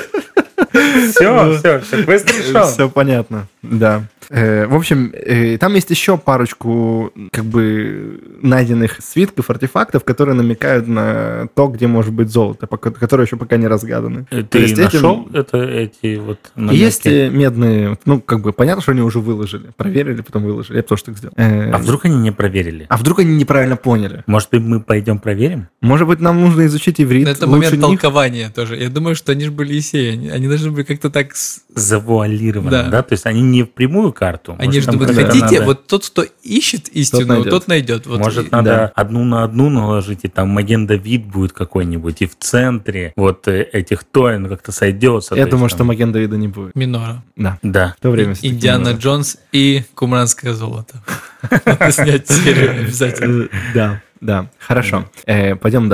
Все, квест решен. Все понятно, да. В общем, там есть еще парочку как бы найденных свитков, артефактов, которые намекают на то, где может быть золото, которые еще пока не разгаданы. Ты нашел эти вот намеки? Есть медные, как бы понятно, что они уже выложили. Проверили, потом выложили. Я бы тоже так сделал. А вдруг они не проверили? А вдруг они неправильно поняли? Может быть, мы пойдем проверим? Может быть, нам нужно изучить иврит. Это момент толкования тоже. Я думаю, что они же были Есеи. Они должны были как-то так... Завуалированы, да? То есть они не впрямую карту. Они же думают, хотите, вот тот, кто ищет истину, тот найдет. Вот. Может, надо одну на одну наложить, и там Маген Давид будет какой-нибудь, и в центре вот этих Тоин как-то сойдется. Я думаю, что Маген Давида не будет. Минора. Да. В то время Индиана Джонс и Кумранское золото. Надо снять серию обязательно. Да. Хорошо. Пойдем дальше.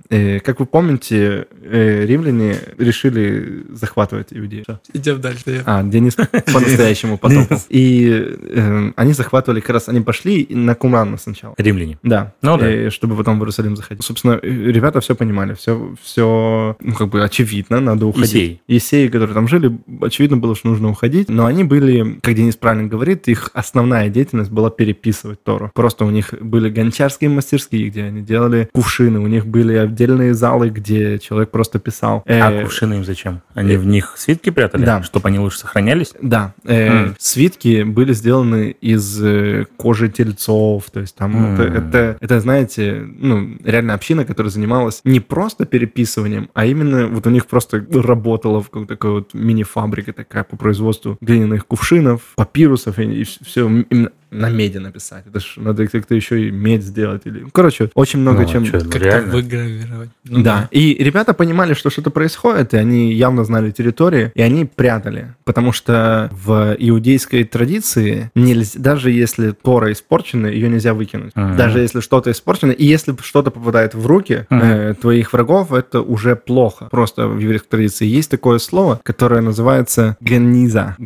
Как вы помните, римляне решили захватывать Иудею. Идем дальше. Денис по-настоящему потопал. И они захватывали, как раз они пошли на Кумран сначала. Римляне. Да. Чтобы потом в Иерусалим заходить. Собственно, ребята все понимали, все как бы очевидно, надо уходить. Есеи, которые там жили, очевидно было, что нужно уходить, но они были, как Денис правильно говорит, их основная деятельность была переписывать Тору. Просто у них были гончарские мастерские, где они делали кувшины, у них были отдельные залы, где человек просто писал. А кувшины им зачем? Они в них свитки прятали? Да. Чтобы они лучше сохранялись? Да. Свитки были сделаны из кожи тельцов, то есть там это, знаете, реально община, которая занималась не просто переписыванием, а именно вот у них просто работала в такой вот мини-фабрика такая по производству глиняных кувшинов, папирусов и все именно на меди написать. Это ж надо как-то еще и медь сделать. Короче, очень много чем... Как-то выгравировать. Да. И ребята понимали, что что-то происходит, и они явно знали территории, и они прятали. Потому что в иудейской традиции нельзя, даже если Тора испорчена, ее нельзя выкинуть. Даже если что-то испорчено, и если что-то попадает в руки твоих врагов, это уже плохо. Просто в еврейской традиции есть такое слово, которое называется гниза.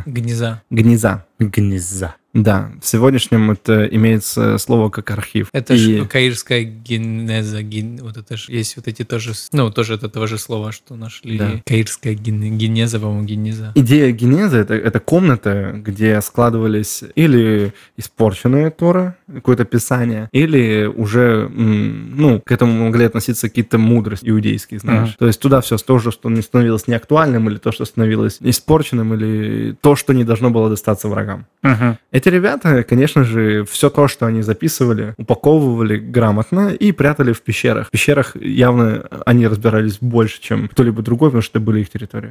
Гнеза. Да, в сегодняшнем это имеется слово как архив. Это же каирская генеза, вот это же есть вот эти тоже, тоже от этого же слова, что нашли. Да. Каирская генеза, по-моему, генеза. Идея генеза это комната, где складывались или испорченные Торы, какое-то писание, или уже, к этому могли относиться какие-то мудрости иудейские, знаешь. То есть туда все то, что не становилось неактуальным, или то, что становилось испорченным, или то, что не должно было достаться врагам. Эти ребята, конечно же, все то, что они записывали, упаковывали грамотно и прятали в пещерах. В пещерах явно они разбирались больше, чем кто-либо другой, потому что это были их территории.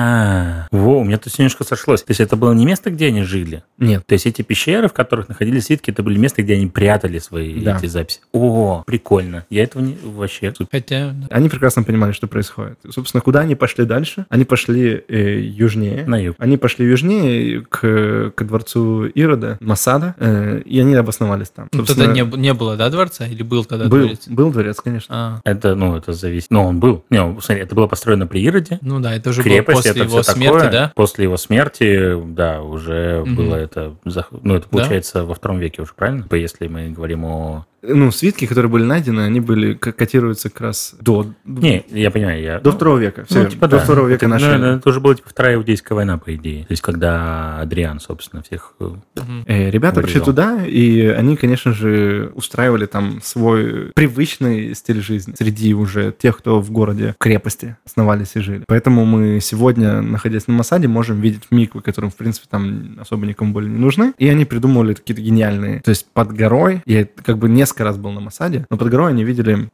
У меня тут немножко сошлось. То есть это было не место, где они жили? Нет. То есть эти пещеры, в которых находились свитки, это были места, где они прятали свои эти записи. О, прикольно. Я этого вообще... Хотя... Они прекрасно понимали, что происходит. Собственно, куда они пошли дальше? Они пошли южнее. На юг. Они пошли южнее к дворцу Ирода, Масада, и они обосновались там. Тогда не было, да, дворца? Или был тогда дворец? Был дворец, конечно. Это зависит. Но он был. Смотри, это было построено при Ироде. Да, это уже крепость, было после его смерти, да? После его смерти, да, уже было это... это получается во втором веке уже, правильно? Если мы говорим о... свитки, которые были найдены, они были котируются как раз до... Не, я понимаю. До второго века. До второго века нашей... Это уже была Вторая Иудейская война, по идее. То есть, когда Адриан, собственно, всех... Ребята пришли туда, и они, конечно же, устраивали там свой привычный стиль жизни среди уже тех, кто в городе, в крепости основались и жили. Поэтому мы сегодня, находясь на Масаде, можем видеть миквы, которым, в принципе, там особо никому более не нужны. И они придумывали какие-то гениальные... То есть, под горой, я как бы несколько раз был на Масаде, но под горой они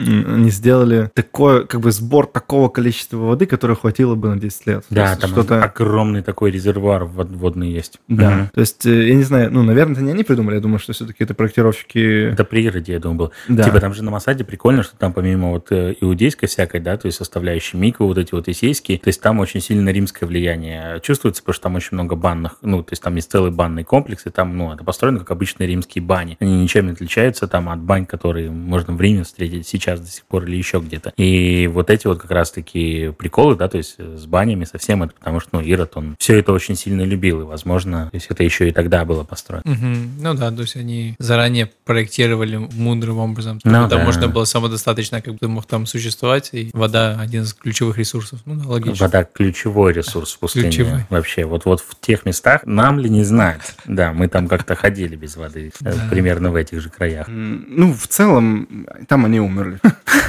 сделали такой, как бы, сбор такого количества воды, которое хватило бы на 10 лет. Да, там огромный такой резервуар водный есть. Да, то есть, я не знаю, наверное, это не они придумали, я думаю, что все-таки это проектировщики... Это при Ироде, я думаю, был. Да. Типа там же на Масаде прикольно, что там помимо вот иудейской всякой, да, то есть составляющей миквы, вот эти вот есейские, то есть там очень сильно римское влияние чувствуется, потому что там очень много банных, то есть там есть целый банный комплекс, и там, это построено как обычные римские бани. Они ничем не отличаются там от бань, которые можно в Риме встретить сейчас до сих пор или еще где-то. И вот эти вот как раз-таки приколы, да, то есть с банями совсем это, потому что, Ирод, он все это очень сильно любил, и, возможно, то есть это еще и тогда было построено. Да, то есть они заранее проектировали мудрым образом. Там можно было самодостаточно, как бы мог там существовать, и вода один из ключевых ресурсов. Логично. Вода ключевой ресурс в пустыне. Ключевой. Вообще, вот в тех местах нам ли не знать? Да, мы там как-то ходили без воды, примерно в этих же краях. В целом, там они умерли.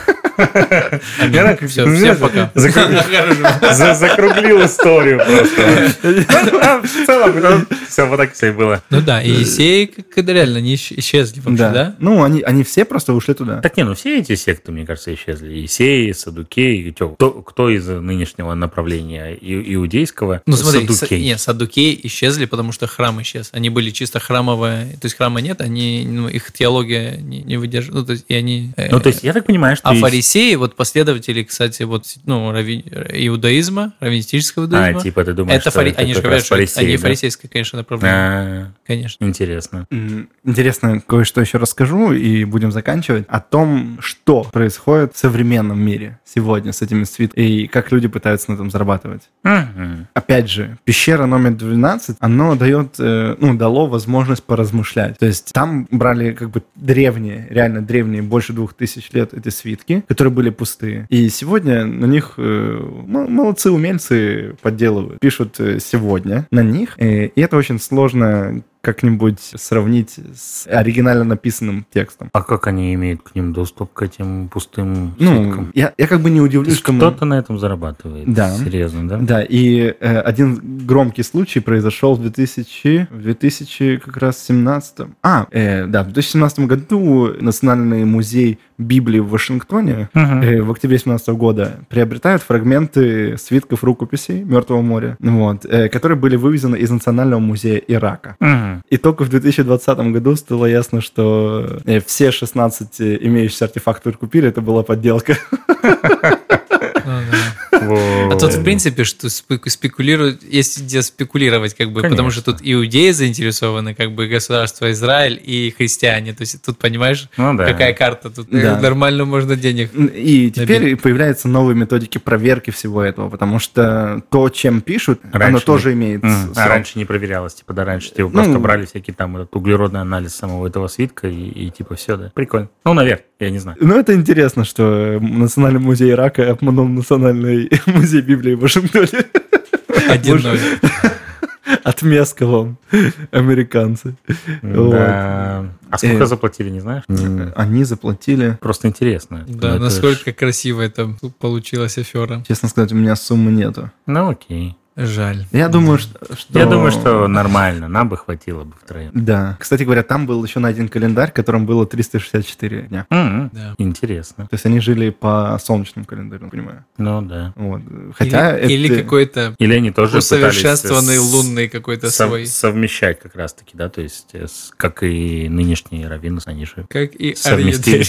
Всем пока. Закруглил историю просто. В целом, все вот так все и было. И Есеи реально не исчезли вообще, да? Они все просто ушли туда. Так все эти секты, мне кажется, исчезли. Есеи, Саддукеи, кто из нынешнего направления иудейского? Смотри, Саддукеи исчезли, потому что храм исчез. Они были чисто храмовые, то есть храма нет, их теология не выдерживала, и они... То есть я так понимаю, что... А фарисеи фарисеи, вот последователи, кстати, вот, ну, иудаизма, раввинистического иудаизма. Типа ты думаешь, это что это они же как говорят, раз что фарисеи, они да? фарисейское, конечно, направление. Конечно. Интересно. Интересно, кое-что еще расскажу, и будем заканчивать, о том, что происходит в современном мире сегодня с этими свитками, и как люди пытаются на этом зарабатывать. Опять же, пещера номер 12, оно дало возможность поразмышлять. То есть там брали как бы древние, реально древние, больше 2000 лет эти свитки, которые были пустые. И сегодня на них молодцы умельцы подделывают, пишут сегодня на них. И это очень сложно как-нибудь сравнить с оригинально написанным текстом. А как они имеют к ним доступ, к этим пустым свиткам? Я как бы не удивлюсь, кому... Кто-то на этом зарабатывает. Да. Серьезно, да? Да, и один громкий случай произошел в 2017 в 2017 году Национальный музей Библии в Вашингтоне в октябре 2017 года приобретают фрагменты свитков рукописей Мертвого моря, которые были вывезены из Национального музея Ирака. И только в 2020 году стало ясно, что все 16 имеющиеся артефакты купили, это была подделка. А тут, в принципе, что спекулируют, есть где спекулировать, как бы, потому что тут иудеи заинтересованы, как бы государство Израиль и христиане. То есть тут, понимаешь, какая карта, тут нормально можно денег. И теперь появляются новые методики проверки всего этого, потому что то, чем пишут, оно тоже имеет... А раньше не проверялось, типа, да, раньше типа просто брали всякий там этот углеродный анализ самого этого свитка и типа все, да. Прикольно. Ну, наверное, я не знаю. Ну, это интересно, что Национальный музей Ирака обманул Национальный музей Библии в Вашингтоне. 1-0. Отместка вам, американцы. Да. А сколько заплатили, не знаешь? Они заплатили... Просто интересно. Да, насколько красиво это получилась афера. Честно сказать, у меня суммы нету. Ну, окей. Жаль. Я думаю, что... Я думаю, что нормально. Нам бы хватило бы втроем. Да. Кстати говоря, там был еще найден календарь, в котором было 364 дня. Да. Интересно. То есть они жили по солнечному календарю, понимаю. Ну, да. Вот. Хотя или какой-то Или они тоже усовершенствованный лунный какой-то свой. Совмещать как раз-таки, да, то есть как и нынешние раввины, они же как и совместили.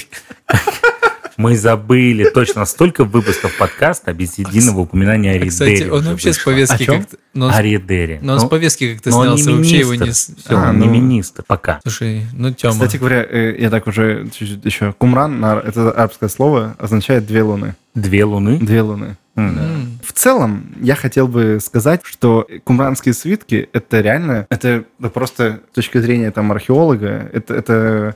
Мы забыли точно столько выпусков подкаста без единого упоминания Ари Дери. Кстати, он вообще с повестки как-то... Ари Дери. Но он с повестки как-то снялся, вообще его не... Все, он не министр, пока. Слушай, Тёма. Кстати говоря, я так уже чуть-чуть еще... Кумран, это арабское слово, означает 2 луны. 2 луны? 2 луны. В целом, я хотел бы сказать, что кумранские свитки, это реально, это просто с точки зрения там археолога, это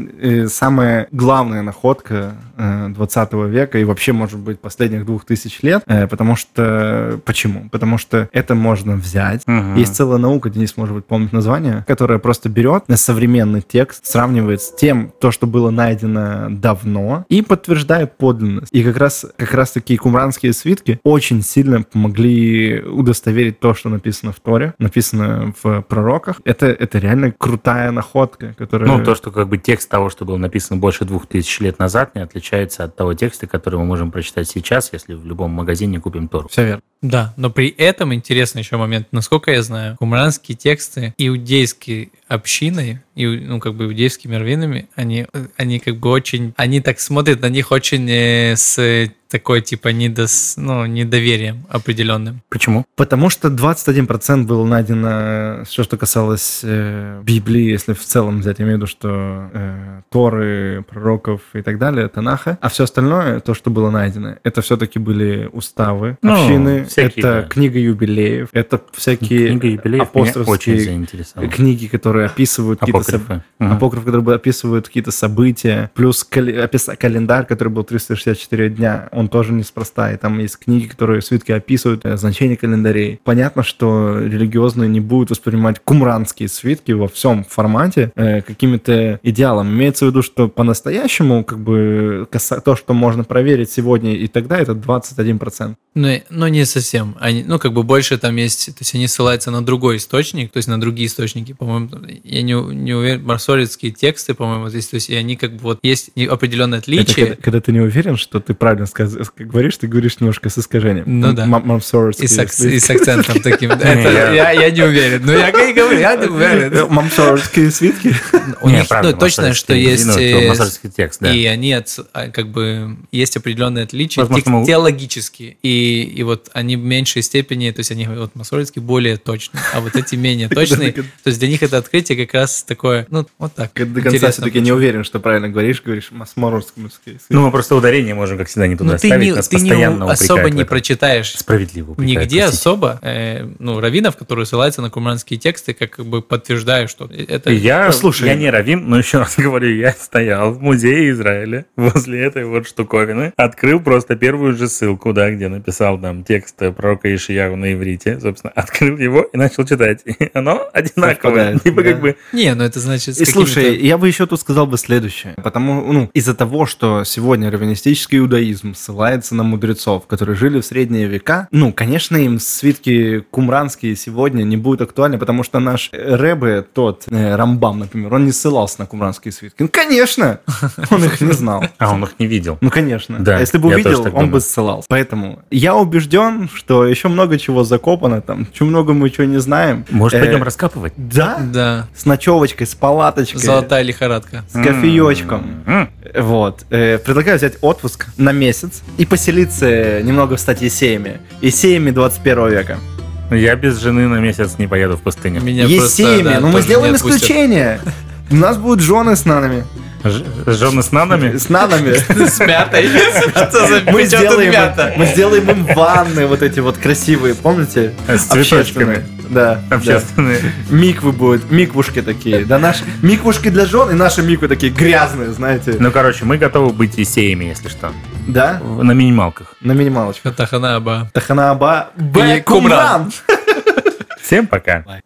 самая главная находка 20 века и вообще, может быть, последних 2000 лет. Потому что... Почему? Потому что это можно взять. Есть целая наука, Денис, может быть, помнит название, которая просто берет современный текст, сравнивает с тем, то, что было найдено давно, и подтверждает подлинность. И как раз такие кумранские свитки очень сильно помогли удостоверить то, что написано в Торе, написано в пророках. Это реально крутая находка, которая... Ну, то, что как бы текст того, что было написано больше 2000 лет назад, не отличается от того текста, который мы можем прочитать сейчас, если в любом магазине купим Тору. Все верно. Да, но при этом интересный еще момент. Насколько я знаю, кумранские тексты иудейской общиной, иудейскими раввинами, они как бы очень... Они так смотрят на них очень с такой типа недоверием определенным. Почему? Потому что 21% было найдено, все, что касалось Библии, если в целом взять, я имею в виду, что Торы, пророков и так далее, Танаха, а все остальное, то, что было найдено, это все-таки были уставы общины, это книга юбилеев, это всякие апостольские книги, которые описывают какие-то апокрифы, которые описывают какие-то события, плюс календарь, который был 364 дня, он тоже неспроста, и там есть книги, которые свитки описывают значение календарей. Понятно, что религиозные не будут воспринимать кумранские свитки во всем формате какими-то идеалами. Имеется в виду, что по-настоящему то, что можно проверить сегодня и тогда, это 21%. Но не совсем. Они, ну, как бы больше там есть, то есть они ссылаются на другой источник, то есть на другие источники, по-моему, я не уверен, марсолицкие тексты, по-моему, здесь, то есть и они как бы вот есть определенное отличие. Это когда ты не уверен, что ты правильно говоришь, ты говоришь немножко с искажением. Ну да. Марсолицкие И с акцентом таким. Я не уверен. Ну, я и говорю, я не уверен. Марсолицкие свитки? У них точно, что есть... Марсолицкий текст, да. И они как бы есть определенные отличия теологические. И вот они в меньшей степени, то есть они вот масолицкие более точные, а вот эти менее точные. То есть для них это открытие как раз такое, ну, вот так. До конца все-таки не уверен, что правильно говоришь марсолицкие. Ну, мы просто ударение можем, как всегда, не туда ставить, нас постоянно упрекают. Ты особо не прочитаешь. Справедливо упрекают. Нигде особо, раввинов, которые ссылаются на кумранские тексты, как бы подтверждаю, что это... Я не раввин, но еще раз говорю, я стоял в музее Израиля возле этой вот штуковины, открыл просто первую же ссылку, да, где написал там текст пророка Ишиягу на иврите, собственно, открыл его и начал читать. И оно одинаковое. Типа как бы... Не, ну это значит... И слушай, я бы еще тут сказал бы следующее. Потому, из-за того, что сегодня раввинистический иудаизм ссылается на мудрецов, которые жили в средние века, конечно, им свитки кумранские сегодня не будут актуальны, потому что наш Ребе, тот Рамбам, например, он не ссылался на кумранские свитки. Ну, конечно! Он их не знал. А он их не видел. Ну, конечно. Да, если бы увидел, он бы ссылался. Поэтому я убежден, что еще много чего закопано там, еще много мы чего не знаем. Может, пойдем раскапывать? Да? Да. С ночевочкой, с палаточкой. Золотая лихорадка. С кофеечком. Вот. Предлагаю взять отпуск на месяц и поселиться немного, стать есеями. Есеями 21 века. Я без жены на месяц не поеду в пустыню. Есеями, мы сделаем исключение. У нас будут жены с нанами. Жены с нанами? С нанами. С мятой. Мы сделаем им ванны вот эти вот красивые, помните? С цветочками. Да. Общественные. Миквы будут, миквушки такие. Да, наши миквушки для жен и наши миквы такие грязные, знаете. Ну, короче, мы готовы быть есеями, если что. Да? На минималках. На минималочках. Тахана Аба. Тахана Аба. Б. Кумран. Всем пока.